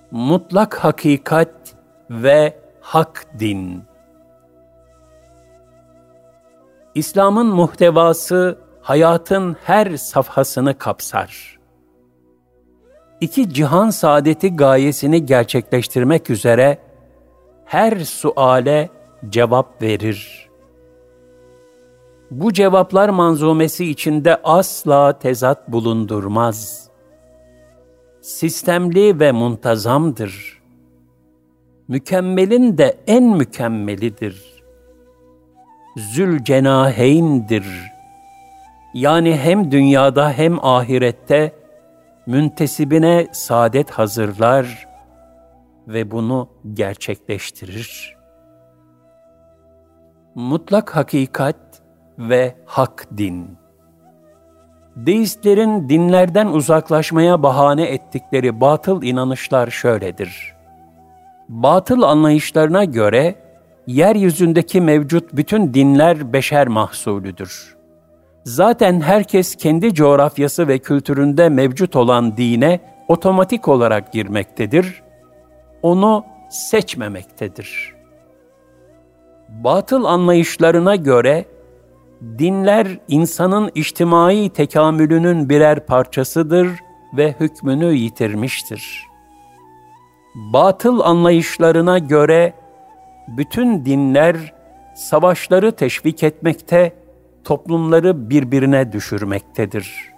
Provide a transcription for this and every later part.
mutlak hakikat ve hak din. İslam'ın muhtevası hayatın her safhasını kapsar. İki cihan saadeti gayesini gerçekleştirmek üzere her suale cevap verir. Bu cevaplar manzumesi içinde asla tezat bulundurmaz. Sistemli ve muntazamdır. Mükemmelin de en mükemmelidir. Zülcenaheyn'dir. Yani hem dünyada hem ahirette müntesibine saadet hazırlar ve bunu gerçekleştirir. Mutlak hakikat ve hak din. Deistlerin dinlerden uzaklaşmaya bahane ettikleri batıl inanışlar şöyledir. Batıl anlayışlarına göre yeryüzündeki mevcut bütün dinler beşer mahsulüdür. Zaten herkes kendi coğrafyası ve kültüründe mevcut olan dine otomatik olarak girmektedir, onu seçmemektedir. Batıl anlayışlarına göre dinler insanın içtimai tekamülünün birer parçasıdır ve hükmünü yitirmiştir. Batıl anlayışlarına göre bütün dinler savaşları teşvik etmekte, toplumları birbirine düşürmektedir.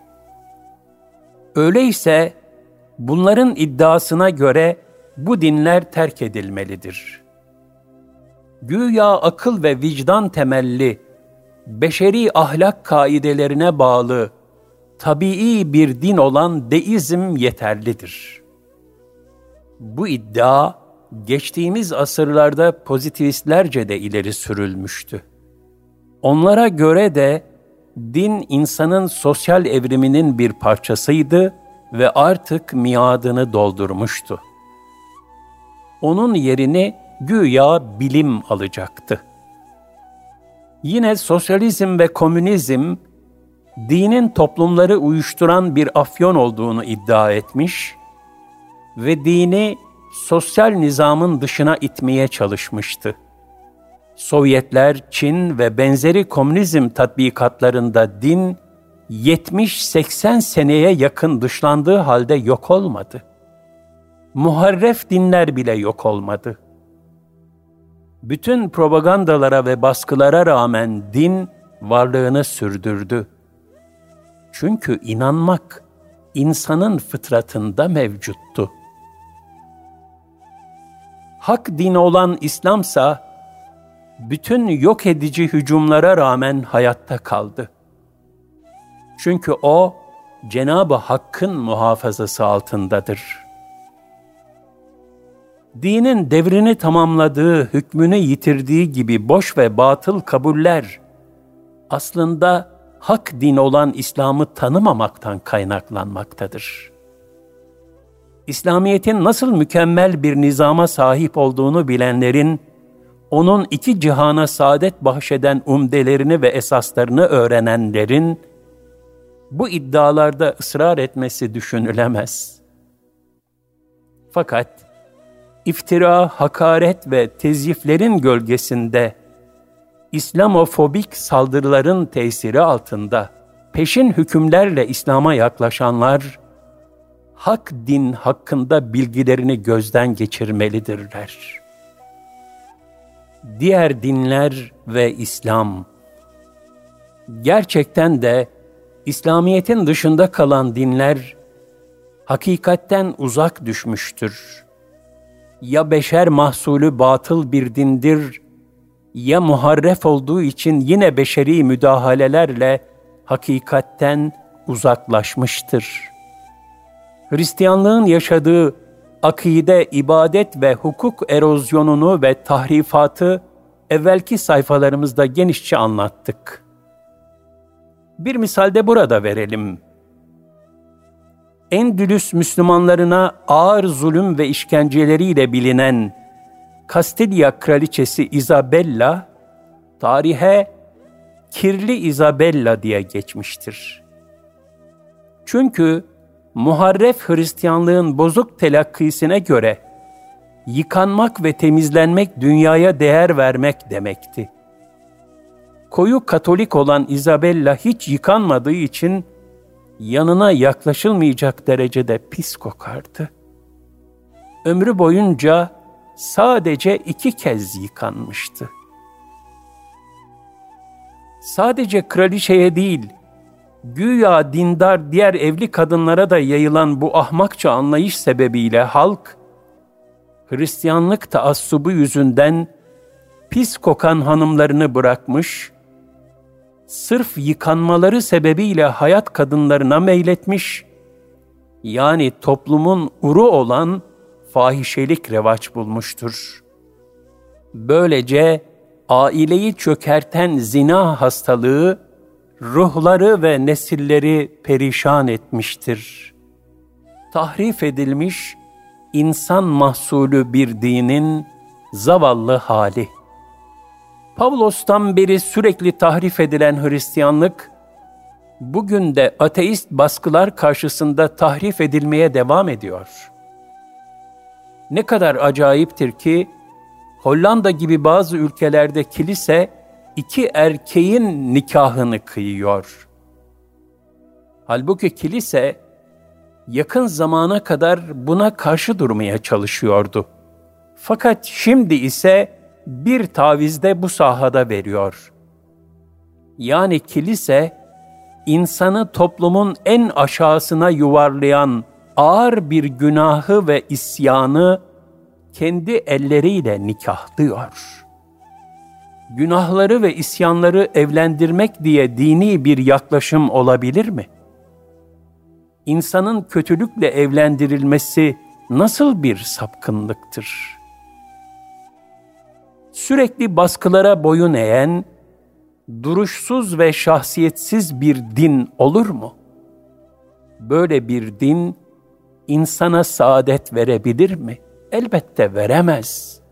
Öyleyse bunların iddiasına göre bu dinler terk edilmelidir. Güya akıl ve vicdan temelli, beşeri ahlak kaidelerine bağlı, tabii bir din olan deizm yeterlidir. Bu iddia, geçtiğimiz asırlarda pozitivistlerce de ileri sürülmüştü. Onlara göre de din insanın sosyal evriminin bir parçasıydı ve artık miadını doldurmuştu. Onun yerini güya bilim alacaktı. Yine sosyalizm ve komünizm, dinin toplumları uyuşturan bir afyon olduğunu iddia etmiş ve dini sosyal nizamın dışına itmeye çalışmıştı. Sovyetler, Çin ve benzeri komünizm tatbikatlarında din 70-80 seneye yakın dışlandığı halde yok olmadı. Muharref dinler bile yok olmadı. Bütün propagandalara ve baskılara rağmen din varlığını sürdürdü. Çünkü inanmak insanın fıtratında mevcuttu. Hak dini olan İslamsa, bütün yok edici hücumlara rağmen hayatta kaldı. Çünkü o, Cenab-ı Hakk'ın muhafazası altındadır. Dinin devrini tamamladığı, hükmünü yitirdiği gibi boş ve batıl kabuller, aslında hak din olan İslam'ı tanımamaktan kaynaklanmaktadır. İslamiyet'in nasıl mükemmel bir nizama sahip olduğunu bilenlerin, onun iki cihana saadet bahşeden umdelerini ve esaslarını öğrenenlerin, bu iddialarda ısrar etmesi düşünülemez. Fakat, iftira, hakaret ve tezyiflerin gölgesinde, İslamofobik saldırıların tesiri altında, peşin hükümlerle İslam'a yaklaşanlar, hak din hakkında bilgilerini gözden geçirmelidirler. Diğer dinler ve İslam, gerçekten de İslamiyet'in dışında kalan dinler, hakikatten uzak düşmüştür. Ya beşer mahsulü batıl bir dindir, ya muharref olduğu için yine beşeri müdahalelerle hakikatten uzaklaşmıştır. Hristiyanlığın yaşadığı akide, ibadet ve hukuk erozyonunu ve tahrifatı evvelki sayfalarımızda genişçe anlattık. Bir misal de burada verelim. Endülüs Müslümanlarına ağır zulüm ve işkenceleriyle bilinen Kastilya Kraliçesi Isabella, tarihe Kirli Isabella diye geçmiştir. Çünkü muharref Hristiyanlığın bozuk telakkisine göre yıkanmak ve temizlenmek dünyaya değer vermek demekti. Koyu Katolik olan Isabella hiç yıkanmadığı için yanına yaklaşılmayacak derecede pis kokardı. Ömrü boyunca sadece 2 kez yıkanmıştı. Sadece kraliçeye değil, güya dindar diğer evli kadınlara da yayılan bu ahmakça anlayış sebebiyle halk, Hristiyanlık taassubu yüzünden pis kokan hanımlarını bırakmış, sırf yıkanmaları sebebiyle hayat kadınlarına meyletmiş, yani toplumun uru olan fahişelik revaç bulmuştur. Böylece aileyi çökerten zina hastalığı, ruhları ve nesilleri perişan etmiştir. Tahrif edilmiş, insan mahsulü bir dinin zavallı hali. Pavlos'tan beri sürekli tahrif edilen Hristiyanlık, bugün de ateist baskılar karşısında tahrif edilmeye devam ediyor. Ne kadar acayiptir ki, Hollanda gibi bazı ülkelerde kilise 2 erkeğin nikahını kıyıyor. Halbuki kilise yakın zamana kadar buna karşı durmaya çalışıyordu. Fakat şimdi ise bir taviz de bu sahada veriyor. Yani kilise, insanı toplumun en aşağısına yuvarlayan ağır bir günahı ve isyanı kendi elleriyle nikahlıyor. Günahları ve isyanları evlendirmek diye dini bir yaklaşım olabilir mi? İnsanın kötülükle evlendirilmesi nasıl bir sapkınlıktır? Sürekli baskılara boyun eğen, duruşsuz ve şahsiyetsiz bir din olur mu? Böyle bir din, insana saadet verebilir mi? Elbette veremez.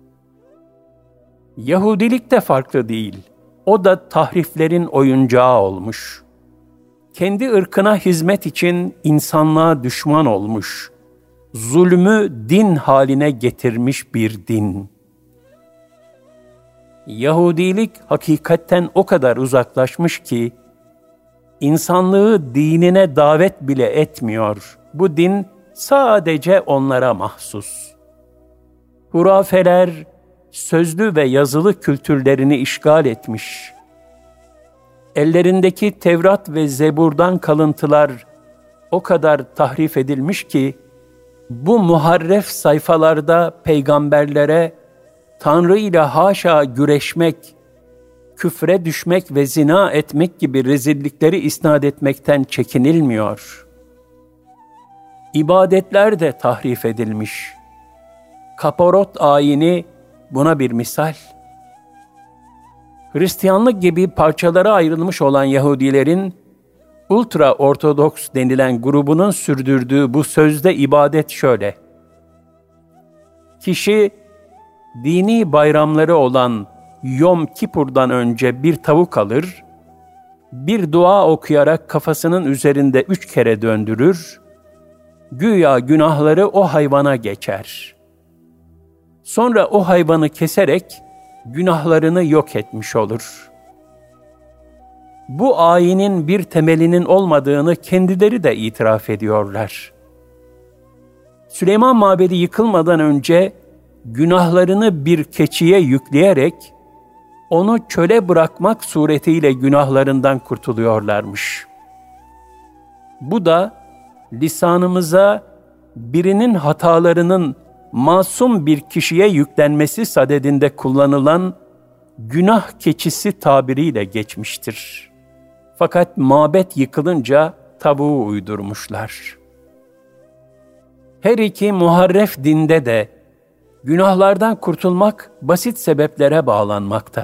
Yahudilik de farklı değil. O da tahriflerin oyuncağı olmuş. Kendi ırkına hizmet için insanlığa düşman olmuş. Zulmü din haline getirmiş bir din. Yahudilik hakikatten o kadar uzaklaşmış ki, insanlığı dinine davet bile etmiyor. Bu din sadece onlara mahsus. Hurafeler, sözlü ve yazılı kültürlerini işgal etmiş. Ellerindeki Tevrat ve Zebur'dan kalıntılar o kadar tahrif edilmiş ki, bu muharref sayfalarda peygamberlere Tanrı ile haşa güreşmek, küfre düşmek ve zina etmek gibi rezillikleri isnat etmekten çekinilmiyor. İbadetler de tahrif edilmiş. Kaparot ayini buna bir misal. Hristiyanlık gibi parçalara ayrılmış olan Yahudilerin, ultra ortodoks denilen grubunun sürdürdüğü bu sözde ibadet şöyle: kişi, dini bayramları olan Yom Kipur'dan önce bir tavuk alır, bir dua okuyarak kafasının üzerinde 3 kere döndürür, güya günahları o hayvana geçer. Sonra o hayvanı keserek günahlarını yok etmiş olur. Bu ayinin bir temelinin olmadığını kendileri de itiraf ediyorlar. Süleyman Mabedi yıkılmadan önce günahlarını bir keçiye yükleyerek onu çöle bırakmak suretiyle günahlarından kurtuluyorlarmış. Bu da lisanımıza birinin hatalarının masum bir kişiye yüklenmesi sadedinde kullanılan günah keçisi tabiriyle geçmiştir. Fakat mabet yıkılınca tavuğu uydurmuşlar. Her iki muharref dinde de günahlardan kurtulmak basit sebeplere bağlanmakta.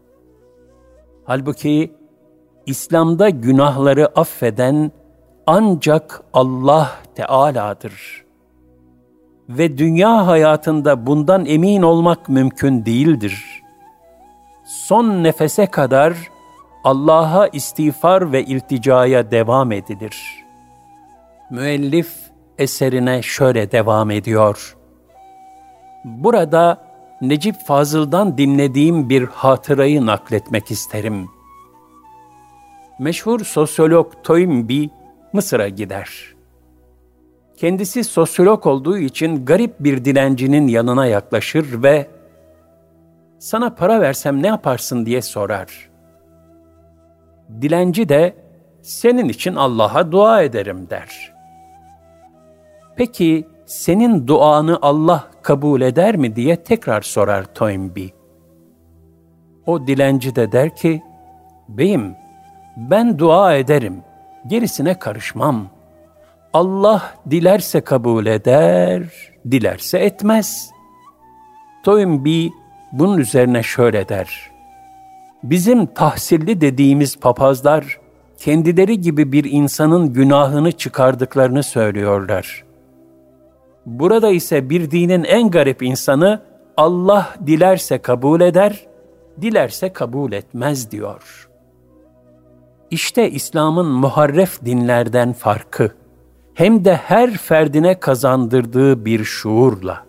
Halbuki İslam'da günahları affeden ancak Allah Teala'dır. Ve dünya hayatında bundan emin olmak mümkün değildir. Son nefese kadar Allah'a istiğfar ve ilticaya devam edilir. Müellif eserine şöyle devam ediyor. Burada Necip Fazıl'dan dinlediğim bir hatırayı nakletmek isterim. Meşhur sosyolog Toynbee Mısır'a gider. Kendisi sosyolog olduğu için garip bir dilencinin yanına yaklaşır ve "Sana para versem ne yaparsın?" diye sorar. Dilenci de "Senin için Allah'a dua ederim." der. "Peki senin duanı Allah kabul eder mi?" diye tekrar sorar Toynbee. O dilenci de der ki, "Beyim, ben dua ederim, gerisine karışmam. Allah dilerse kabul eder, dilerse etmez." Toynbee bunun üzerine şöyle der: "Bizim tahsilli dediğimiz papazlar, kendileri gibi bir insanın günahını çıkardıklarını söylüyorlar. Burada ise bir dinin en garip insanı Allah dilerse kabul eder, dilerse kabul etmez diyor." İşte İslam'ın muharref dinlerden farkı, hem de her ferdine kazandırdığı bir şuurla.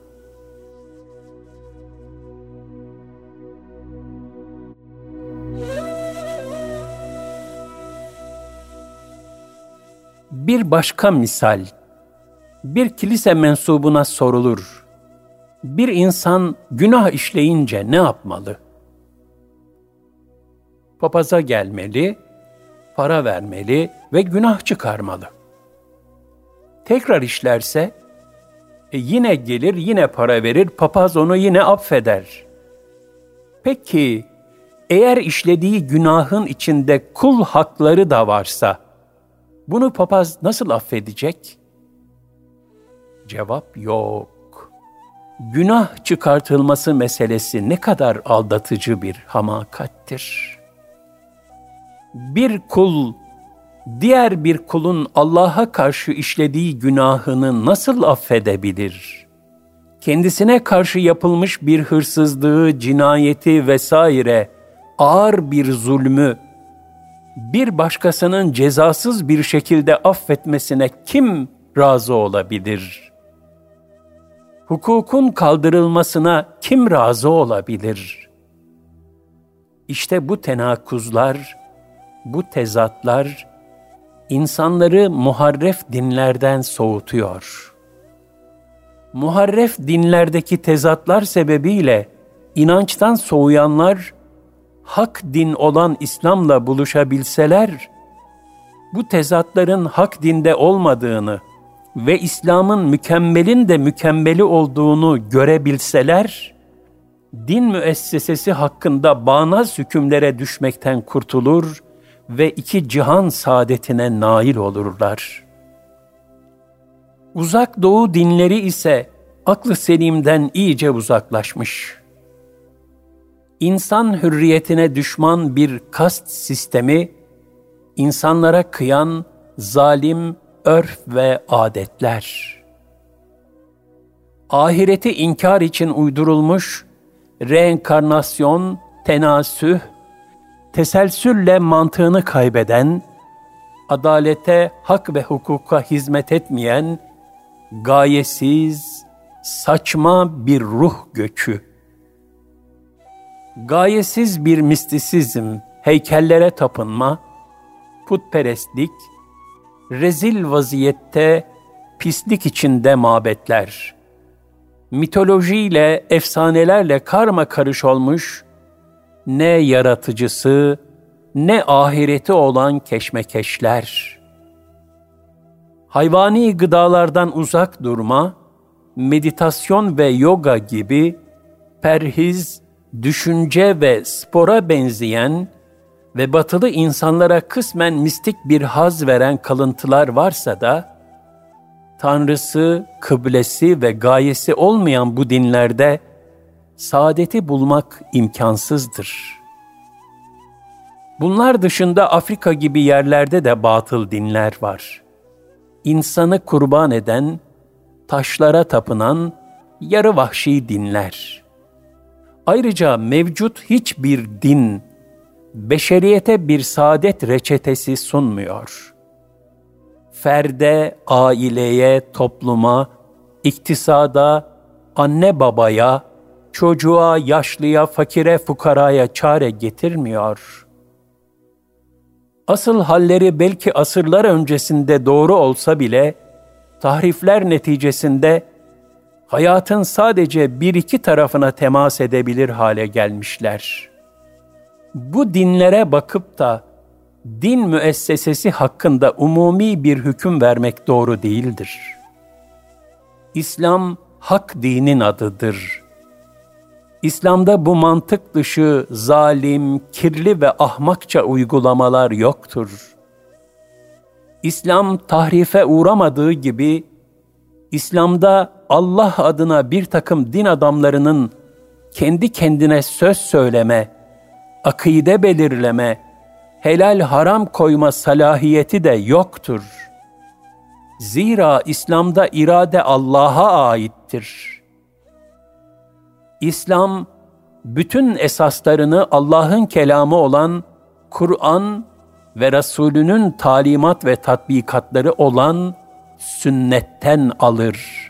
Bir başka misal, bir kilise mensubuna sorulur: bir insan günah işleyince ne yapmalı? Papaza gelmeli, para vermeli ve günah çıkarmalı. Tekrar işlerse, yine gelir, yine para verir, papaz onu yine affeder. Peki, eğer işlediği günahın içinde kul hakları da varsa, bunu papaz nasıl affedecek? Cevap yok. Günah çıkartılması meselesi ne kadar aldatıcı bir hamakattir. Bir kul, diğer bir kulun Allah'a karşı işlediği günahını nasıl affedebilir? Kendisine karşı yapılmış bir hırsızlığı, cinayeti vesaire, ağır bir zulmü, bir başkasının cezasız bir şekilde affetmesine kim razı olabilir? Hukukun kaldırılmasına kim razı olabilir? İşte bu tenakuzlar, bu tezatlar insanları muharref dinlerden soğutuyor. Muharref dinlerdeki tezatlar sebebiyle inançtan soğuyanlar, hak din olan İslam'la buluşabilseler, bu tezatların hak dinde olmadığını ve İslam'ın mükemmelin de mükemmeli olduğunu görebilseler, din müessesesi hakkında bağnaz hükümlere düşmekten kurtulur ve iki cihan saadetine nail olurlar. Uzak Doğu dinleri ise aklı selimden iyice uzaklaşmış. İnsan hürriyetine düşman bir kast sistemi, insanlara kıyan zalim örf ve adetler. Ahireti inkar için uydurulmuş reenkarnasyon, tenasüh, teselsülle mantığını kaybeden, adalete, hak ve hukuka hizmet etmeyen, gayesiz, saçma bir ruh göçü. Gayesiz bir mistisizm, heykellere tapınma, putperestlik, rezil vaziyette pislik içinde mabetler, mitolojiyle, efsanelerle karma karış olmuş, ne yaratıcısı, ne ahireti olan keşmekeşler. Hayvani gıdalardan uzak durma, meditasyon ve yoga gibi perhiz, düşünce ve spora benzeyen ve batılı insanlara kısmen mistik bir haz veren kalıntılar varsa da, tanrısı, kıblesi ve gayesi olmayan bu dinlerde saadeti bulmak imkansızdır. Bunlar dışında Afrika gibi yerlerde de batıl dinler var. İnsanı kurban eden, taşlara tapınan yarı vahşi dinler. Ayrıca mevcut hiçbir din, beşeriyete bir saadet reçetesi sunmuyor. ferde, aileye, topluma, iktisada, anne babaya, çocuğa, yaşlıya, fakire, fukaraya çare getirmiyor. Asıl halleri belki asırlar öncesinde doğru olsa bile, tahrifler neticesinde hayatın sadece bir iki tarafına temas edebilir hale gelmişler. Bu dinlere bakıp da din müessesesi hakkında umumi bir hüküm vermek doğru değildir. İslam, hak dinin adıdır. İslam'da bu mantık dışı, zalim, kirli ve ahmakça uygulamalar yoktur. İslam tahrife uğramadığı gibi, İslam'da Allah adına bir takım din adamlarının kendi kendine söz söyleme, akide belirleme, helal haram koyma salahiyeti de yoktur. Zira İslam'da irade Allah'a aittir. İslam, bütün esaslarını Allah'ın kelamı olan Kur'an ve Resulünün talimat ve tatbikatları olan sünnetten alır.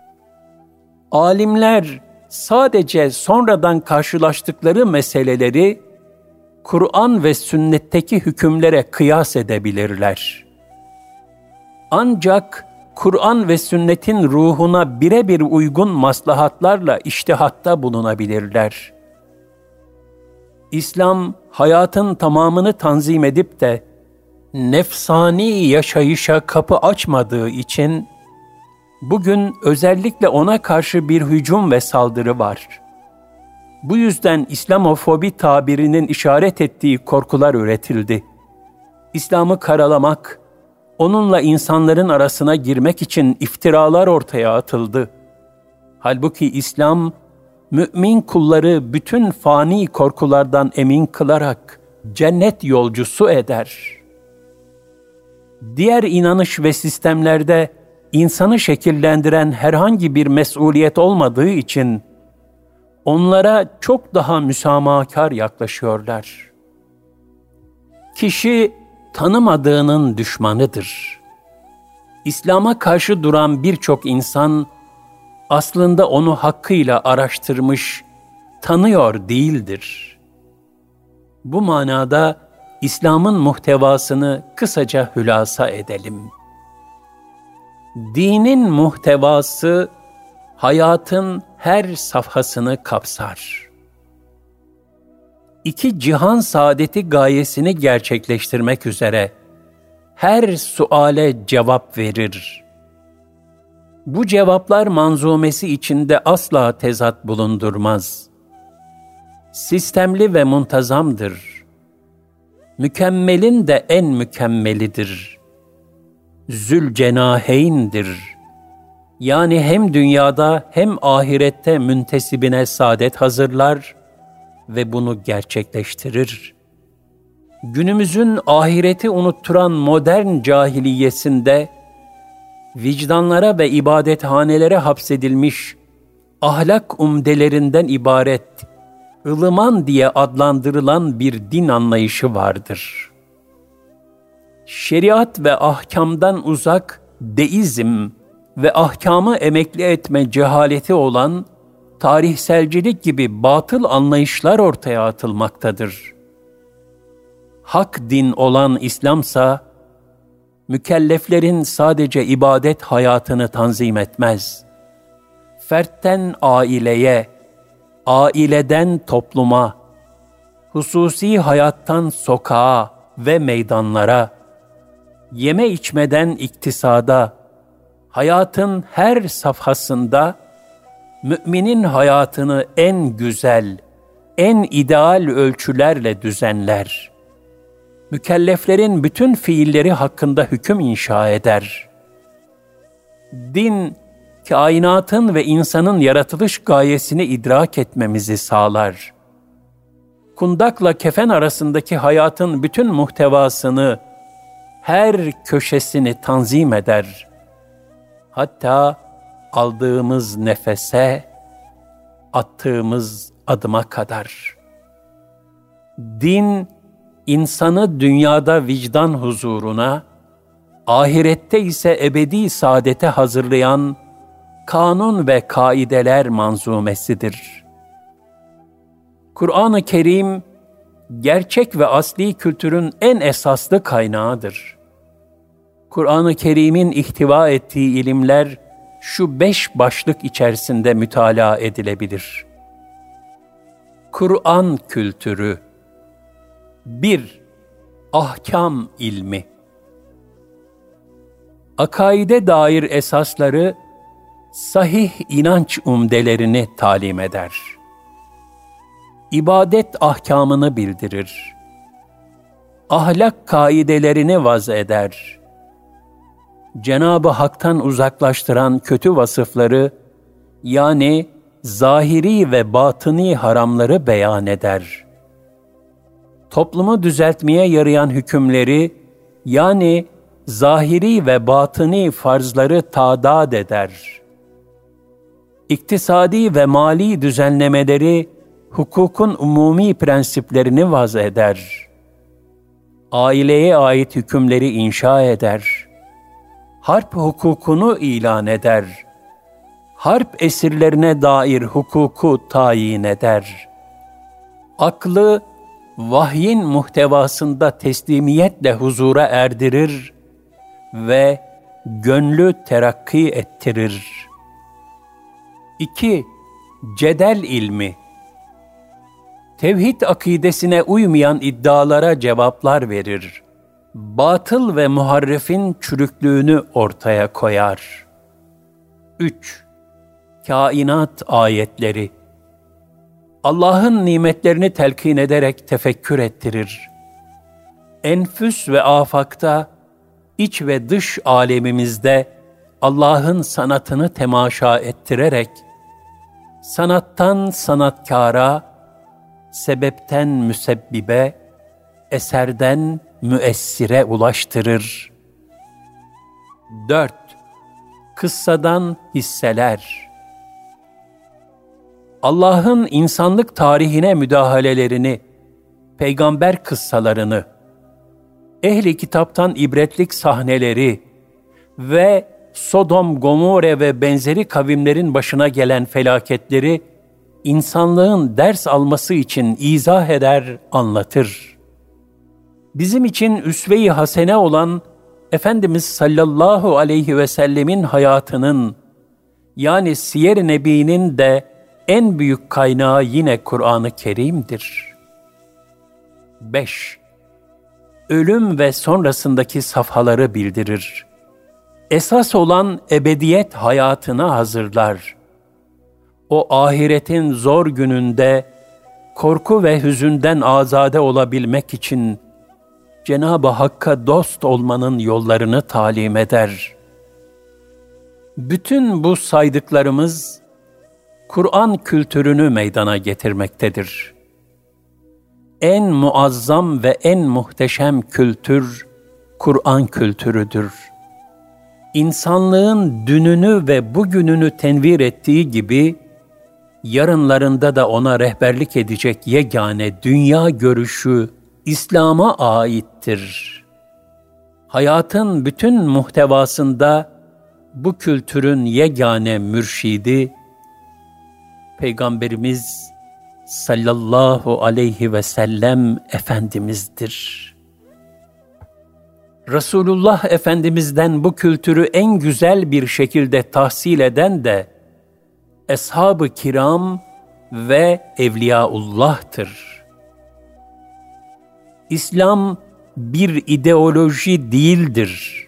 Alimler sadece sonradan karşılaştıkları meseleleri Kur'an ve sünnetteki hükümlere kıyas edebilirler. Ancak Kur'an ve sünnetin ruhuna birebir uygun maslahatlarla içtihatta bulunabilirler. İslam, hayatın tamamını tanzim edip de nefsani yaşayışa kapı açmadığı için bugün özellikle ona karşı bir hücum ve saldırı var. Bu yüzden İslamofobi tabirinin işaret ettiği korkular üretildi. İslam'ı karalamak, onunla insanların arasına girmek için iftiralar ortaya atıldı. Halbuki İslam, mümin kulları bütün fani korkulardan emin kılarak cennet yolcusu eder. Diğer inanış ve sistemlerde insanı şekillendiren herhangi bir mesuliyet olmadığı için onlara çok daha müsamahakar yaklaşıyorlar. Kişi tanımadığının düşmanıdır. İslam'a karşı duran birçok insan aslında onu hakkıyla araştırmış, tanıyor değildir. Bu manada İslam'ın muhtevasını kısaca hülasa edelim. Dinin muhtevası hayatın her safhasını kapsar. İki cihan saadeti gayesini gerçekleştirmek üzere her suale cevap verir. Bu cevaplar manzumesi içinde asla tezat bulundurmaz. Sistemli ve muntazamdır. Mükemmelin de en mükemmelidir. Zülcenaheyn'dir. Yani hem dünyada hem ahirette müntesibine saadet hazırlar ve bunu gerçekleştirir. Günümüzün ahireti unutturan modern cahiliyesinde vicdanlara ve ibadethanelere hapsedilmiş ahlak umdelerinden ibaret ılıman diye adlandırılan bir din anlayışı vardır. Şeriat ve ahkamdan uzak deizm ve ahkamı emekli etme cehaleti olan tarihselcilik gibi batıl anlayışlar ortaya atılmaktadır. Hak din olan İslamsa, mükelleflerin sadece ibadet hayatını tanzim etmez. Fertten aileye, aileden topluma, hususi hayattan sokağa ve meydanlara, yeme içmeden iktisada, hayatın her safhasında müminin hayatını en güzel, en ideal ölçülerle düzenler. Mükelleflerin bütün fiilleri hakkında hüküm inşa eder. Din, kainatın ve insanın yaratılış gayesini idrak etmemizi sağlar. Kundakla kefen arasındaki hayatın bütün muhtevasını, her köşesini tanzim eder. Hatta aldığımız nefese, attığımız adıma kadar. Din, insanı dünyada vicdan huzuruna, ahirette ise ebedi saadete hazırlayan kanun ve kaideler manzumesidir. Kur'an-ı Kerim, gerçek ve asli kültürün en esaslı kaynağıdır. Kur'an-ı Kerim'in ihtiva ettiği ilimler şu 5 başlık içerisinde mütalaa edilebilir. Kur'an kültürü. 1. Ahkam ilmi. Akaide dair esasları, sahih inanç umdelerini talim eder. İbadet ahkamını bildirir. Ahlak kaidelerini vaz eder. Cenab-ı Hak'tan uzaklaştıran kötü vasıfları, yani zahiri ve batıni haramları beyan eder. Toplumu düzeltmeye yarayan hükümleri, yani zahiri ve batıni farzları tadad eder. İktisadi ve mali düzenlemeleri, hukukun umumi prensiplerini vaz eder. Aileye ait hükümleri inşa eder. Harp hukukunu ilan eder. Harp esirlerine dair hukuku tayin eder. Aklı, vahyin muhtevasında teslimiyetle huzura erdirir ve gönlü terakki ettirir. 2. Cedel ilmi. Tevhid akidesine uymayan iddialara cevaplar verir. Batıl ve muharrifin çürüklüğünü ortaya koyar. 3. Kainat ayetleri. Allah'ın nimetlerini telkin ederek tefekkür ettirir. Enfüs ve afakta, iç ve dış alemimizde Allah'ın sanatını temaşa ettirerek, sanattan sanatkara, sebepten müsebbibe, eserden müessire ulaştırır. 4. Kıssadan hisseler. Allah'ın insanlık tarihine müdahalelerini, peygamber kıssalarını, ehli kitaptan ibretlik sahneleri ve Sodom, Gomorre ve benzeri kavimlerin başına gelen felaketleri insanlığın ders alması için izah eder, anlatır. Bizim için üsve-i hasene olan Efendimiz sallallahu aleyhi ve sellemin hayatının, yani Siyer-i Nebi'nin de en büyük kaynağı yine Kur'an-ı Kerim'dir. 5. Ölüm ve sonrasındaki safhaları bildirir. Esas olan ebediyet hayatına hazırlar. O ahiretin zor gününde korku ve hüzünden azade olabilmek için Cenab-ı Hakk'a dost olmanın yollarını talim eder. Bütün bu saydıklarımız Kur'an kültürünü meydana getirmektedir. En muazzam ve en muhteşem kültür Kur'an kültürüdür. İnsanlığın dününü ve bugününü tenvir ettiği gibi, yarınlarında da ona rehberlik edecek yegane dünya görüşü İslam'a aittir. Hayatın bütün muhtevasında bu kültürün yegane mürşidi, Peygamberimiz sallallahu aleyhi ve sellem Efendimiz'dir. Resulullah Efendimiz'den bu kültürü en güzel bir şekilde tahsil eden de Eshab-ı Kiram ve Evliyaullah'tır. İslam bir ideoloji değildir.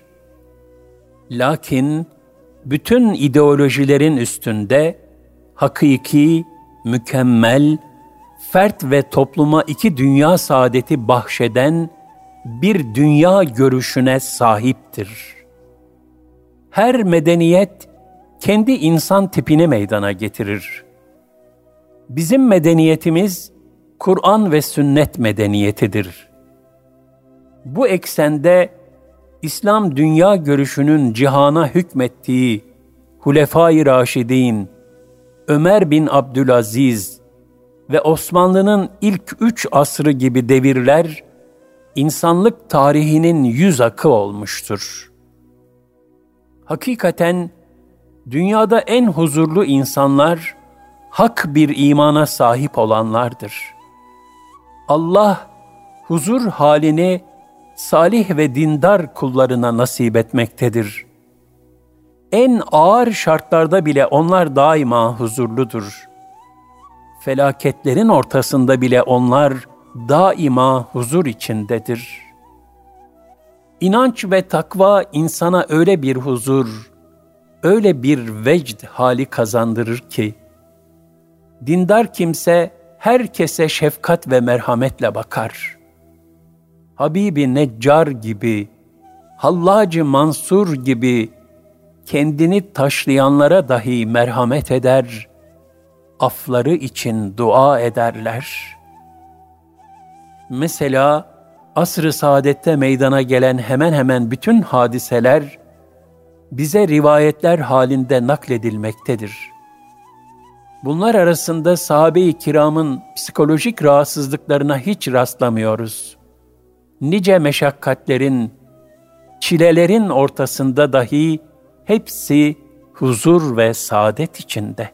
Lakin bütün ideolojilerin üstünde hakiki, mükemmel, fert ve topluma iki dünya saadeti bahşeden bir dünya görüşüne sahiptir. Her medeniyet kendi insan tipini meydana getirir. Bizim medeniyetimiz Kur'an ve sünnet medeniyetidir. Bu eksende İslam dünya görüşünün cihana hükmettiği Hulefai Raşidin, Ömer bin Abdülaziz ve Osmanlı'nın ilk 3 asrı gibi devirler, insanlık tarihinin yüz akı olmuştur. Hakikaten dünyada en huzurlu insanlar, hak bir imana sahip olanlardır. Allah, huzur halini salih ve dindar kullarına nasip etmektedir. En ağır şartlarda bile onlar daima huzurludur. Felaketlerin ortasında bile onlar daima huzur içindedir. İnanç ve takva insana öyle bir huzur, öyle bir vecd hali kazandırır ki, dindar kimse herkese şefkat ve merhametle bakar. Habibi Neccar gibi, Hallacı Mansur gibi kendini taşlayanlara dahi merhamet eder, afları için dua ederler. Mesela asr-ı saadette meydana gelen hemen hemen bütün hadiseler bize rivayetler halinde nakledilmektedir. Bunlar arasında sahabe-i kiramın psikolojik rahatsızlıklarına hiç rastlamıyoruz. Nice meşakkatlerin, çilelerin ortasında dahi hepsi huzur ve saadet içinde.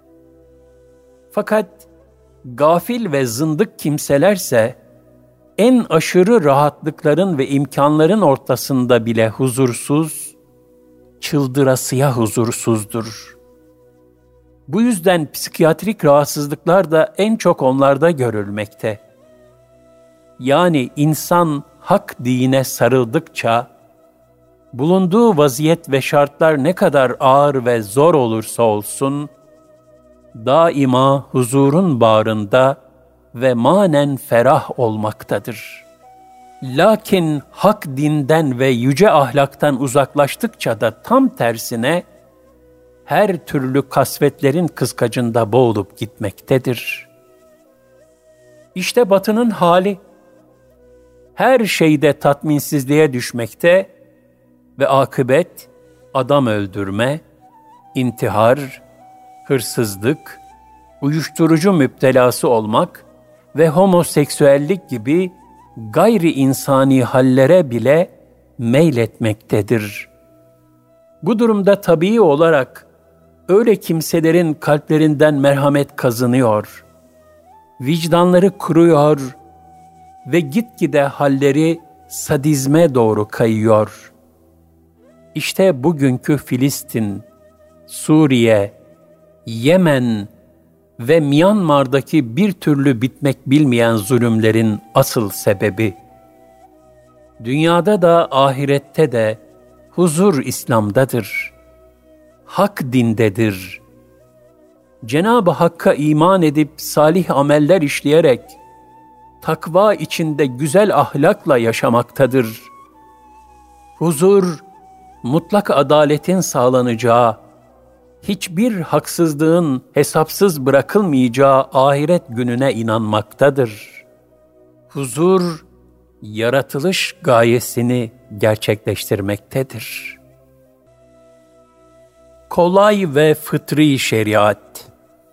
Fakat gafil ve zındık kimselerse en aşırı rahatlıkların ve imkanların ortasında bile huzursuz, çıldırasıya huzursuzdur. Bu yüzden psikiyatrik rahatsızlıklar da en çok onlarda görülmekte. Yani insan hak dine sarıldıkça, bulunduğu vaziyet ve şartlar ne kadar ağır ve zor olursa olsun, daima huzurun bağrında ve manen ferah olmaktadır. Lakin hak dinden ve yüce ahlaktan uzaklaştıkça da tam tersine, her türlü kasvetlerin kıskacında boğulup gitmektedir. İşte Batı'nın hali, her şeyde tatminsizliğe düşmekte ve akıbet adam öldürme, intihar, hırsızlık, uyuşturucu müptelası olmak ve homoseksüellik gibi gayri insani hallere bile meyletmektedir. Bu durumda tabii olarak öyle kimselerin kalplerinden merhamet kazınıyor, vicdanları kuruyor ve gitgide halleri sadizme doğru kayıyor. İşte bugünkü Filistin, Suriye, Yemen ve Myanmar'daki bir türlü bitmek bilmeyen zulümlerin asıl sebebi. Dünyada da ahirette de huzur İslam'dadır. Hak dindedir. Cenab-ı Hakk'a iman edip salih ameller işleyerek, takva içinde güzel ahlakla yaşamaktadır. Huzur, mutlak adaletin sağlanacağı, hiçbir haksızlığın hesapsız bırakılmayacağı ahiret gününe inanmaktadır. Huzur, yaratılış gayesini gerçekleştirmektedir. Kolay ve fıtri şeriat.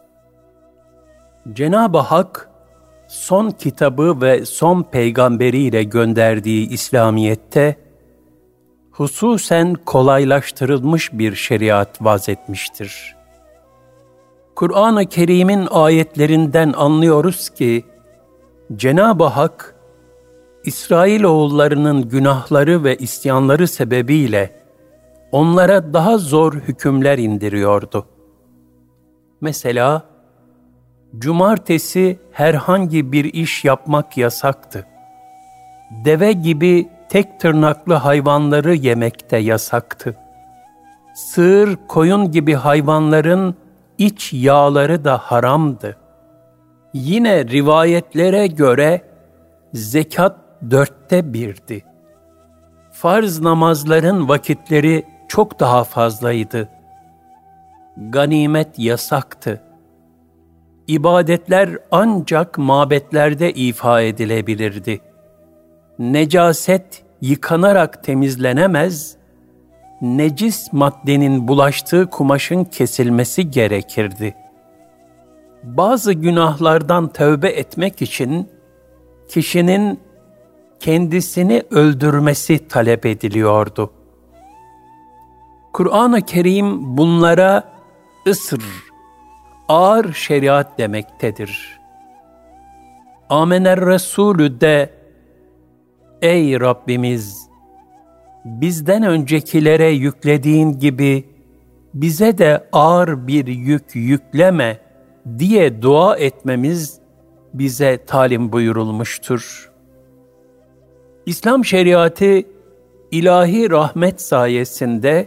Cenab-ı Hak, son kitabı ve son peygamberiyle gönderdiği İslamiyet'te, hususen kolaylaştırılmış bir şeriat vazetmiştir. Kur'an-ı Kerim'in ayetlerinden anlıyoruz ki, Cenab-ı Hak, İsrailoğullarının günahları ve isyanları sebebiyle onlara daha zor hükümler indiriyordu. Mesela, cumartesi herhangi bir iş yapmak yasaktı. Deve gibi tek tırnaklı hayvanları yemek de yasaktı. Sığır, koyun gibi hayvanların iç yağları da haramdı. Yine rivayetlere göre zekat 1/4'ti. Farz namazların vakitleri çok daha fazlaydı. Ganimet yasaktı. İbadetler ancak mabetlerde ifa edilebilirdi. Necaset yıkanarak temizlenemez, necis maddenin bulaştığı kumaşın kesilmesi gerekirdi. Bazı günahlardan tövbe etmek için kişinin kendisini öldürmesi talep ediliyordu. Kur'an-ı Kerim bunlara ısr, ağır şeriat demektedir. Amener Resulü de, ey Rabbimiz, bizden öncekilere yüklediğin gibi bize de ağır bir yük yükleme diye dua etmemiz bize talim buyurulmuştur. İslam şeriatı ilahi rahmet sayesinde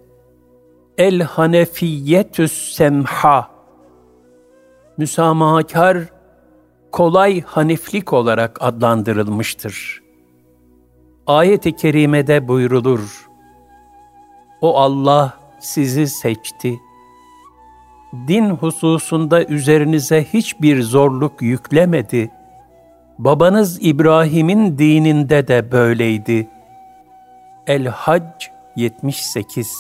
el-hanefiyyetü's semha, müsamahakar, kolay haniflik olarak adlandırılmıştır. Ayet-i kerimede buyrulur: O Allah sizi seçti. Din hususunda üzerinize hiçbir zorluk yüklemedi. Babanız İbrahim'in dininde de böyleydi. El-Hac 78.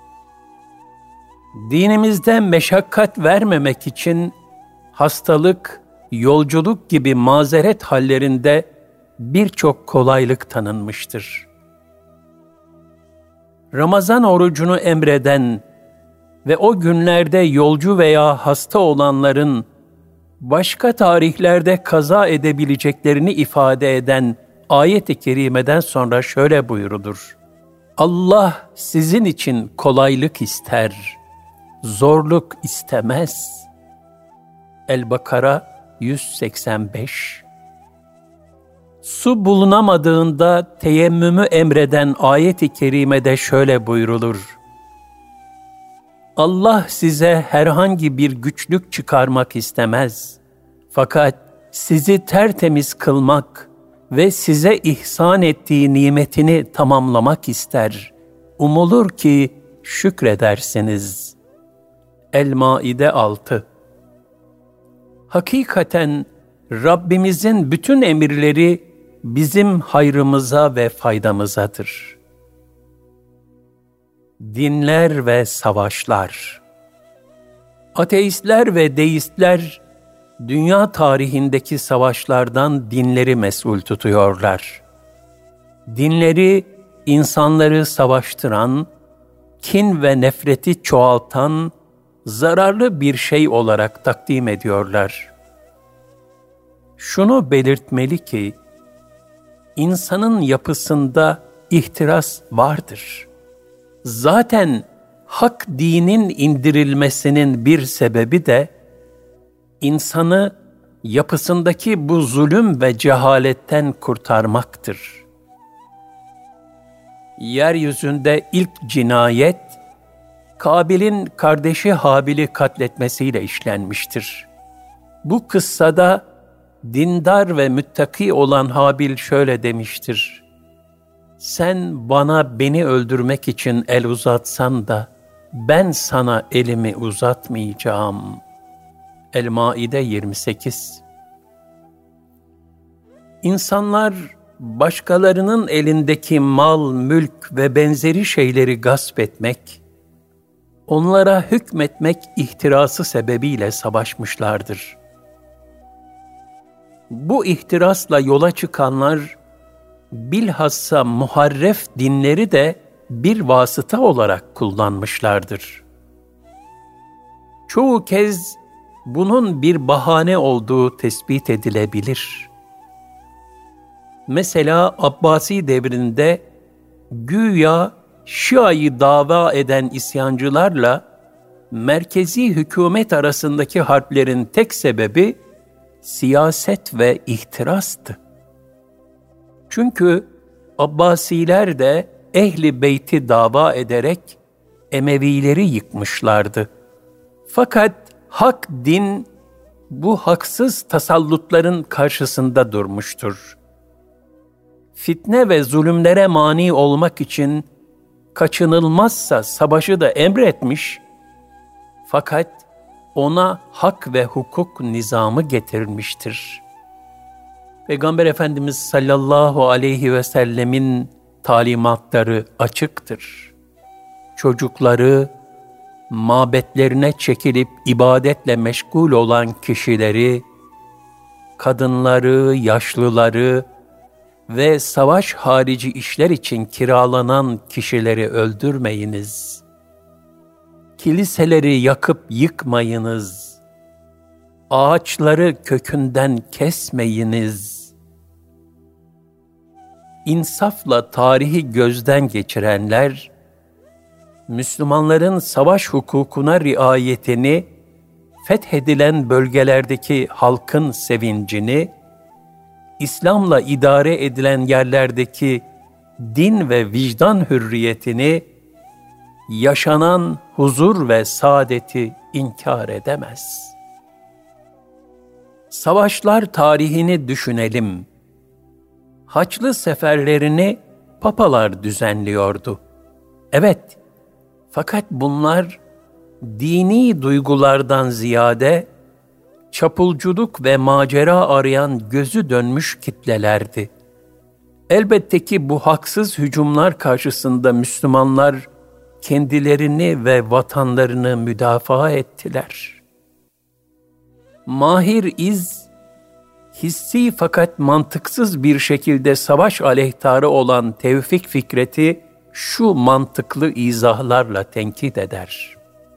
Dinimizde meşakkat vermemek için hastalık, yolculuk gibi mazeret hallerinde birçok kolaylık tanınmıştır. Ramazan orucunu emreden ve o günlerde yolcu veya hasta olanların başka tarihlerde kaza edebileceklerini ifade eden ayet-i kerimeden sonra şöyle buyurulur: Allah sizin için kolaylık ister, zorluk istemez. El-Bakara 185. Su bulunamadığında teyemmümü emreden ayet-i kerimede şöyle buyrulur: Allah size herhangi bir güçlük çıkarmak istemez. Fakat sizi tertemiz kılmak ve size ihsan ettiği nimetini tamamlamak ister. Umulur ki şükredersiniz. El-Maide 6. Hakikaten Rabbimizin bütün emirleri bizim hayrımıza ve faydamızadır. Dinler ve savaşlar. Ateistler ve deistler, dünya tarihindeki savaşlardan dinleri mesul tutuyorlar. Dinleri, insanları savaştıran, kin ve nefreti çoğaltan, zararlı bir şey olarak takdim ediyorlar. Şunu belirtmeli ki, insanın yapısında ihtiras vardır. Zaten hak dinin indirilmesinin bir sebebi de, insanı yapısındaki bu zulüm ve cehaletten kurtarmaktır. Yeryüzünde ilk cinayet, Kabil'in kardeşi Habil'i katletmesiyle işlenmiştir. Bu kıssada dindar ve müttaki olan Habil şöyle demiştir: Sen bana beni öldürmek için el uzatsan da ben sana elimi uzatmayacağım. El-Maide 28. İnsanlar başkalarının elindeki mal, mülk ve benzeri şeyleri gasp etmek, onlara hükmetmek ihtirası sebebiyle savaşmışlardır. Bu ihtirasla yola çıkanlar, bilhassa muharref dinleri de bir vasıta olarak kullanmışlardır. Çoğu kez bunun bir bahane olduğu tespit edilebilir. Mesela Abbasi devrinde güya Şia'yı dava eden isyancılarla merkezi hükümet arasındaki harplerin tek sebebi siyaset ve ihtirastı. Çünkü Abbasiler de Ehli Beyt'i dava ederek Emevileri yıkmışlardı. Fakat hak din bu haksız tasallutların karşısında durmuştur. Fitne ve zulümlere mani olmak için kaçınılmazsa savaşı da emretmiş, fakat ona hak ve hukuk nizamı getirmiştir. Peygamber Efendimiz sallallahu aleyhi ve sellemin talimatları açıktır. Çocukları, mabetlerine çekilip ibadetle meşgul olan kişileri, kadınları, yaşlıları ve savaş harici işler için kiralanan kişileri öldürmeyiniz. Kiliseleri yakıp yıkmayınız. Ağaçları kökünden kesmeyiniz. İnsafla tarihi gözden geçirenler, Müslümanların savaş hukukuna riayetini, fethedilen bölgelerdeki halkın sevincini, İslam'la idare edilen yerlerdeki din ve vicdan hürriyetini, yaşanan huzur ve saadeti inkar edemez. Savaşlar tarihini düşünelim. Haçlı seferlerini papalar düzenliyordu. Evet, fakat bunlar dini duygulardan ziyade çapulculuk ve macera arayan gözü dönmüş kitlelerdi. Elbette ki bu haksız hücumlar karşısında Müslümanlar kendilerini ve vatanlarını müdafaa ettiler. Mahir İz, hissi fakat mantıksız bir şekilde savaş aleyhtarı olan Tevfik Fikret'i şu mantıklı izahlarla tenkit eder.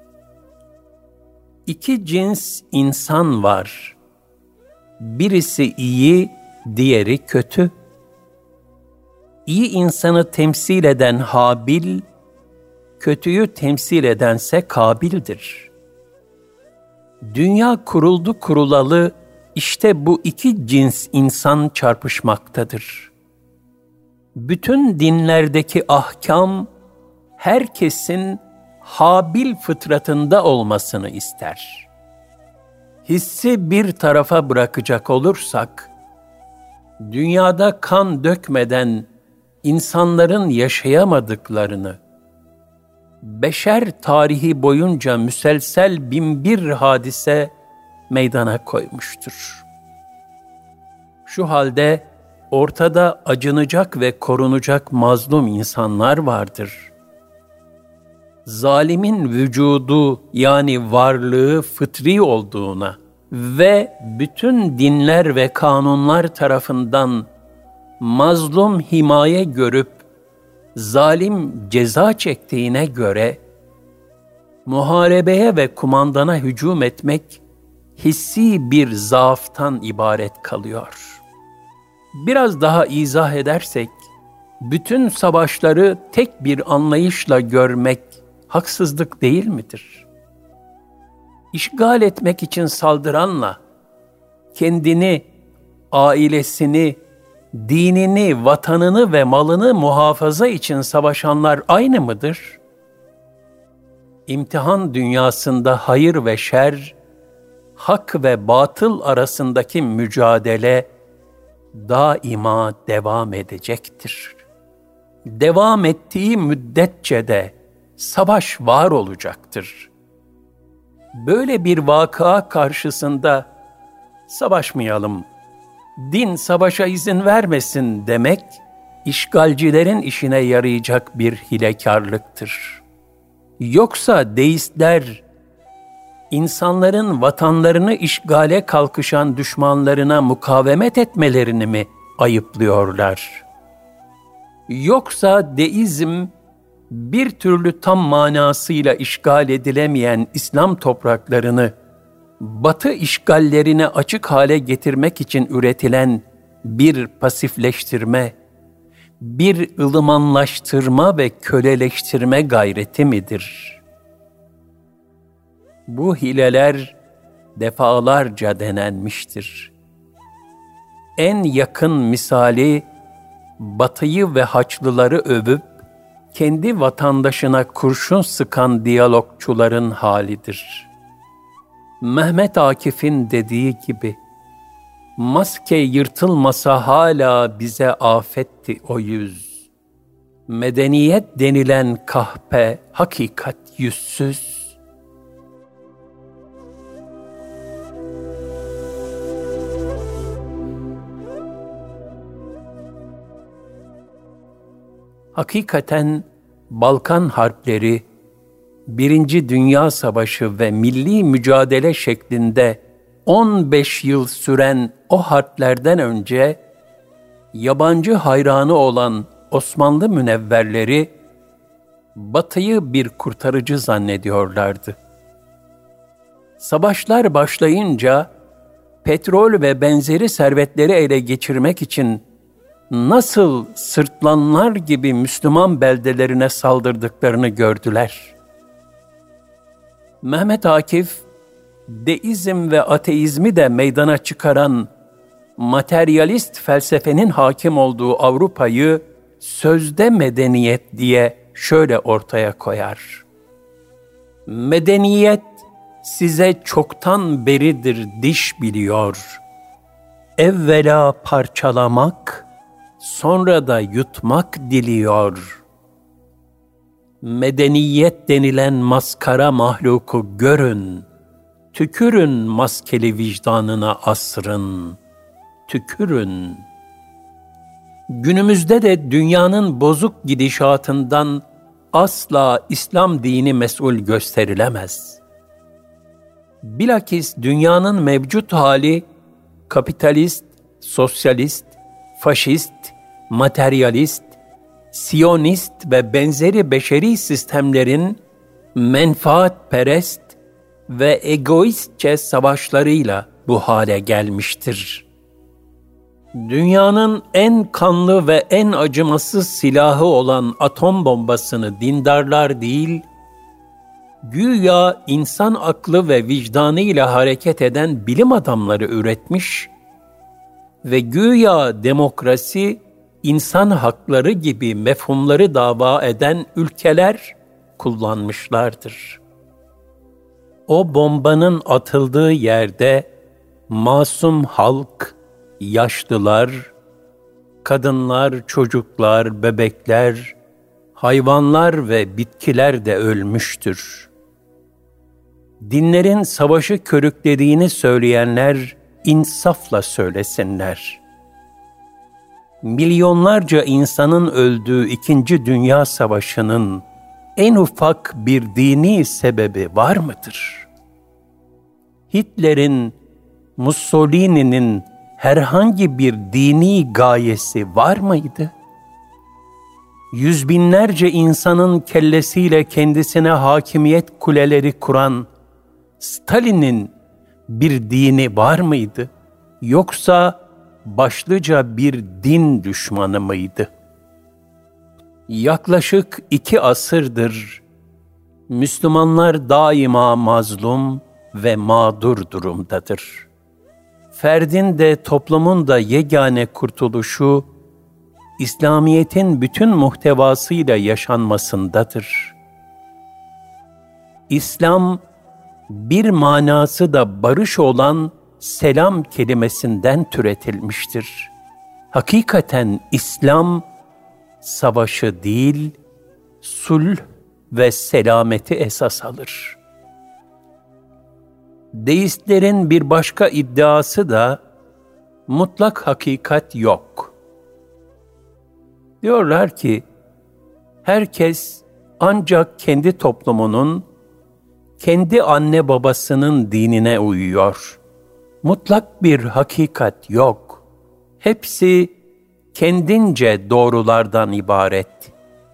İki cins insan var. Birisi iyi, diğeri kötü. İyi insanı temsil eden Habil, kötüyü temsil edense Kabil'dir. Dünya kuruldu kurulalı işte bu iki cins insan çarpışmaktadır. Bütün dinlerdeki ahkam, herkesin Habil fıtratında olmasını ister. Hissi bir tarafa bırakacak olursak, dünyada kan dökmeden insanların yaşayamadıklarını, beşer tarihi boyunca müselsel binbir hadise meydana koymuştur. Şu halde ortada acınacak ve korunacak mazlum insanlar vardır. Zalimin vücudu yani varlığı fıtri olduğuna ve bütün dinler ve kanunlar tarafından mazlum himaye görüp zalim ceza çektiğine göre muharebeye ve kumandana hücum etmek hissi bir zaaftan ibaret kalıyor. Biraz daha izah edersek, bütün savaşları tek bir anlayışla görmek haksızlık değil midir? İşgal etmek için saldıranla kendini, ailesini, dinini, vatanını ve malını muhafaza için savaşanlar aynı mıdır? İmtihan dünyasında hayır ve şer, hak ve batıl arasındaki mücadele daima devam edecektir. Devam ettiği müddetçe de savaş var olacaktır. Böyle bir vaka karşısında savaşmayalım, din savaşa izin vermesin demek, işgalcilerin işine yarayacak bir hilekarlıktır. Yoksa deistler, insanların vatanlarını işgale kalkışan düşmanlarına mukavemet etmelerini mi ayıplıyorlar? Yoksa deizm, bir türlü tam manasıyla işgal edilemeyen İslam topraklarını, Batı işgallerine açık hale getirmek için üretilen bir pasifleştirme, bir ılımanlaştırma ve köleleştirme gayreti midir? Bu hileler defalarca denenmiştir. En yakın misali, Batı'yı ve Haçlıları övüp, kendi vatandaşına kurşun sıkan diyalogçuların halidir. Mehmet Akif'in dediği gibi, maske yırtılmasa hala bize afetti o yüz. Medeniyet denilen kahpe hakikat yüzsüz. Hakikaten Balkan Harpleri, Birinci Dünya Savaşı ve milli mücadele şeklinde 15 yıl süren o harplerden önce yabancı hayranı olan Osmanlı münevverleri Batı'yı bir kurtarıcı zannediyorlardı. Savaşlar başlayınca petrol ve benzeri servetleri ele geçirmek için nasıl sırtlanlar gibi Müslüman beldelerine saldırdıklarını gördüler. Mehmet Akif, deizm ve ateizmi de meydana çıkaran materyalist felsefenin hakim olduğu Avrupa'yı sözde medeniyet diye şöyle ortaya koyar. Medeniyet size çoktan beridir diş biliyor. Evvela parçalamak, sonra da yutmak diliyor. Medeniyet denilen maskara mahluku görün, tükürün maskeli vicdanına asrın, tükürün. Günümüzde de dünyanın bozuk gidişatından asla İslam dini mesul gösterilemez. Bilakis dünyanın mevcut hali kapitalist, sosyalist, faşist, materyalist, siyonist ve benzeri beşeri sistemlerin menfaatperest ve egoistçe savaşlarıyla bu hale gelmiştir. Dünyanın en kanlı ve en acımasız silahı olan atom bombasını dindarlar değil, güya insan aklı ve vicdanıyla hareket eden bilim adamları üretmiş ve güya demokrasi, insan hakları gibi mefhumları dava eden ülkeler kullanmışlardır. O bombanın atıldığı yerde masum halk, yaşlılar, kadınlar, çocuklar, bebekler, hayvanlar ve bitkiler de ölmüştür. Dinlerin savaşı körüklediğini söyleyenler insafla söylesinler. Milyonlarca insanın öldüğü İkinci Dünya Savaşı'nın en ufak bir dini sebebi var mıdır? Hitler'in, Mussolini'nin herhangi bir dini gayesi var mıydı? Yüz binlerce insanın kellesiyle kendisine hakimiyet kuleleri kuran Stalin'in bir dini var mıydı? Yoksa başlıca bir din düşmanı mıydı? Yaklaşık 2 asırdır Müslümanlar daima mazlum ve mağdur durumdadır. Ferdin de toplumun da yegane kurtuluşu, İslamiyet'in bütün muhtevasıyla yaşanmasındadır. İslam, bir manası da barış olan selam kelimesinden türetilmiştir. Hakikaten İslam, savaşı değil, sulh ve selameti esas alır. Deistlerin bir başka iddiası da mutlak hakikat yok. Diyorlar ki, herkes ancak kendi toplumunun, kendi anne babasının dinine uyuyor. Mutlak bir hakikat yok. Hepsi kendince doğrulardan ibaret.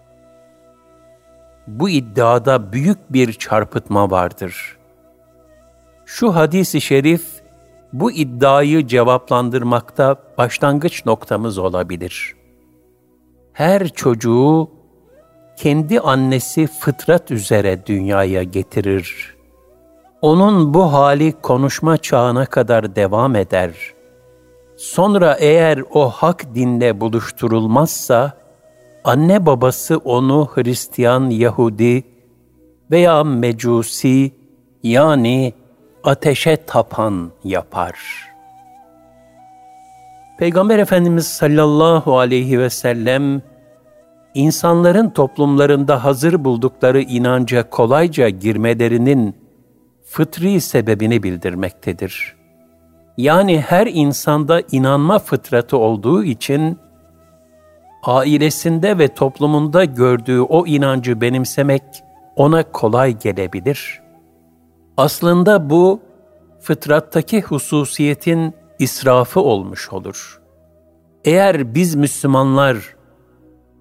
Bu iddiada büyük bir çarpıtma vardır. Şu hadis-i şerif, bu iddiayı cevaplandırmakta başlangıç noktamız olabilir. Her çocuğu kendi annesi fıtrat üzere dünyaya getirir. Onun bu hali konuşma çağına kadar devam eder. Sonra eğer o hak dinle buluşturulmazsa, anne babası onu Hristiyan, Yahudi veya Mecusi, yani ateşe tapan yapar. Peygamber Efendimiz sallallahu aleyhi ve sellem, insanların toplumlarında hazır buldukları inanca kolayca girmelerinin fıtri sebebini bildirmektedir. Yani her insanda inanma fıtratı olduğu için, ailesinde ve toplumunda gördüğü o inancı benimsemek ona kolay gelebilir. Aslında bu, fıtrattaki hususiyetin israfı olmuş olur. Eğer biz Müslümanlar,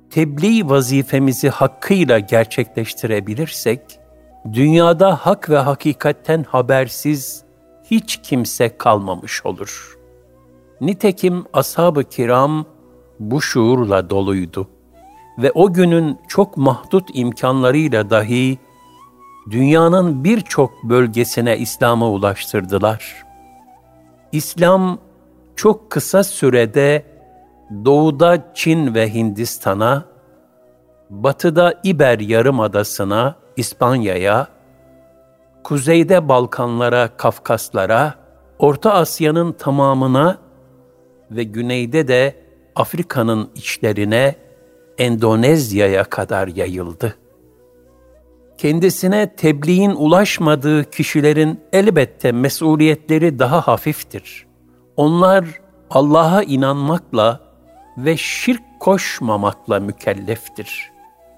tebliğ vazifemizi hakkıyla gerçekleştirebilirsek, dünyada hak ve hakikatten habersiz hiç kimse kalmamış olur. Nitekim ashab-ı kiram bu şuurla doluydu ve o günün çok mahdut imkanlarıyla dahi dünyanın birçok bölgesine İslam'ı ulaştırdılar. İslam çok kısa sürede doğuda Çin ve Hindistan'a, batıda İber Yarımadası'na, İspanya'ya, kuzeyde Balkanlara, Kafkaslara, Orta Asya'nın tamamına ve güneyde de Afrika'nın içlerine, Endonezya'ya kadar yayıldı. Kendisine tebliğin ulaşmadığı kişilerin elbette mesuliyetleri daha hafiftir. Onlar Allah'a inanmakla ve şirk koşmamakla mükelleftir.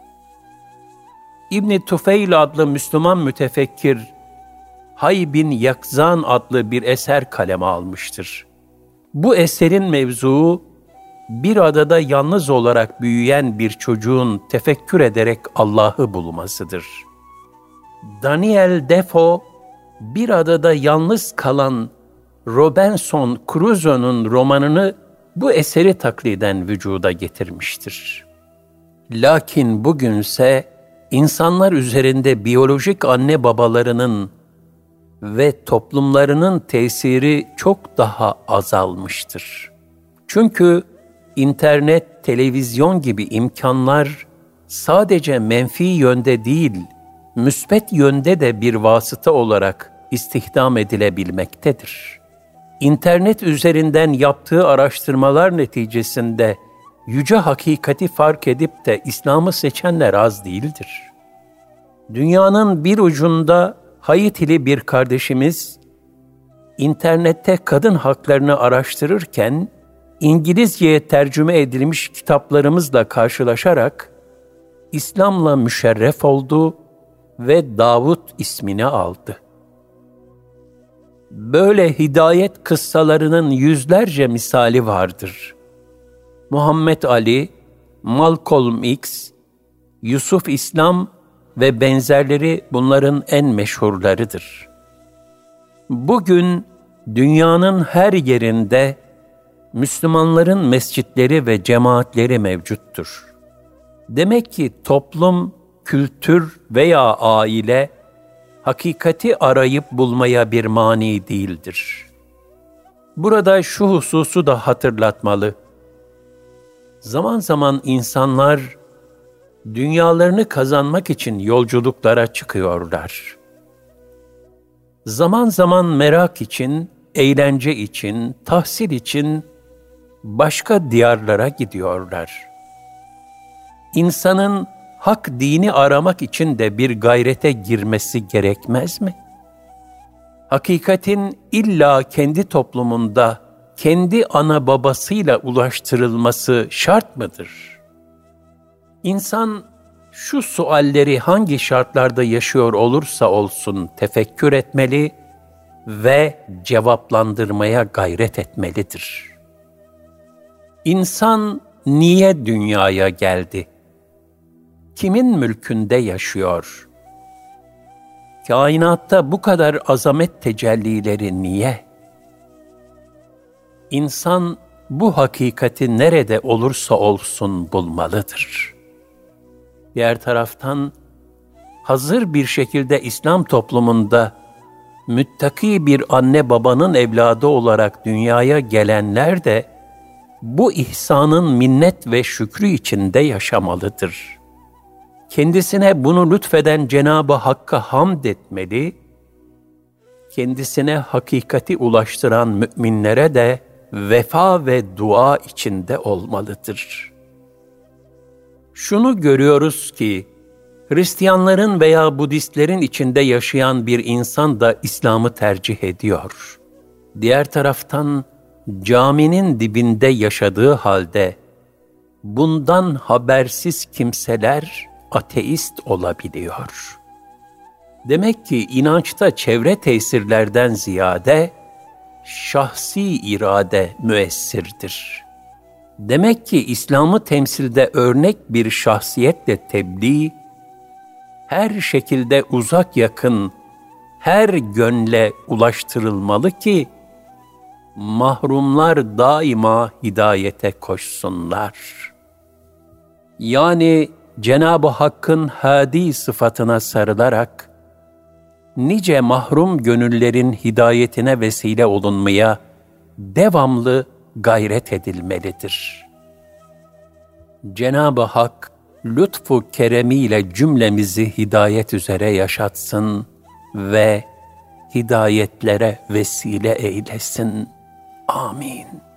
İbn-i Tufeyl adlı Müslüman mütefekkir, Hay bin Yakzan adlı bir eser kaleme almıştır. Bu eserin mevzuu, bir adada yalnız olarak büyüyen bir çocuğun tefekkür ederek Allah'ı bulmasıdır. Daniel Defoe, bir adada yalnız kalan Robinson Crusoe'nun romanını bu eseri takliden vücuda getirmiştir. Lakin bugünse insanlar üzerinde biyolojik anne babalarının ve toplumlarının tesiri çok daha azalmıştır. Çünkü internet, televizyon gibi imkanlar sadece menfi yönde değil, müspet yönde de bir vasıta olarak istihdam edilebilmektedir. İnternet üzerinden yaptığı araştırmalar neticesinde yüce hakikati fark edip de İslam'ı seçenler az değildir. Dünyanın bir ucunda Haitili bir kardeşimiz, internette kadın haklarını araştırırken, İngilizceye tercüme edilmiş kitaplarımızla karşılaşarak, İslam'la müşerref oldu ve Davut ismini aldı. Böyle hidayet kıssalarının yüzlerce misali vardır. Muhammed Ali, Malcolm X, Yusuf İslam ve benzerleri bunların en meşhurlarıdır. Bugün dünyanın her yerinde Müslümanların mescitleri ve cemaatleri mevcuttur. Demek ki toplum, kültür veya aile hakikati arayıp bulmaya bir mani değildir. Burada şu hususu da hatırlatmalı. Zaman zaman insanlar dünyalarını kazanmak için yolculuklara çıkıyorlar. Zaman zaman merak için, eğlence için, tahsil için başka diyarlara gidiyorlar. İnsanın hak dini aramak için de bir gayrete girmesi gerekmez mi? Hakikatin illa kendi toplumunda, kendi ana babasıyla ulaştırılması şart mıdır? İnsan şu sualleri hangi şartlarda yaşıyor olursa olsun tefekkür etmeli ve cevaplandırmaya gayret etmelidir. İnsan niye dünyaya geldi? Kimin mülkünde yaşıyor? Kainatta bu kadar azamet tecellileri niye? İnsan bu hakikati nerede olursa olsun bulmalıdır. Diğer taraftan, hazır bir şekilde İslam toplumunda müttaki bir anne babanın evladı olarak dünyaya gelenler de bu ihsanın minnet ve şükrü içinde yaşamalıdır. Kendisine bunu lütfeden Cenab-ı Hakk'a hamd etmeli, kendisine hakikati ulaştıran müminlere de vefa ve dua içinde olmalıdır. Şunu görüyoruz ki, Hristiyanların veya Budistlerin içinde yaşayan bir insan da İslam'ı tercih ediyor. Diğer taraftan, caminin dibinde yaşadığı halde, bundan habersiz kimseler ateist olabiliyor. Demek ki inançta çevre tesirlerden ziyade, şahsi irade müessirdir. Demek ki İslam'ı temsilde örnek bir şahsiyetle tebliğ, her şekilde uzak yakın, her gönle ulaştırılmalı ki, mahrumlar daima hidayete koşsunlar. Yani Cenab-ı Hakk'ın hadi sıfatına sarılarak, nice mahrum gönüllerin hidayetine vesile olunmaya devamlı gayret edilmelidir. Cenab-ı Hak, lütfu keremiyle cümlemizi hidayet üzere yaşatsın ve hidayetlere vesile eylesin. Amin.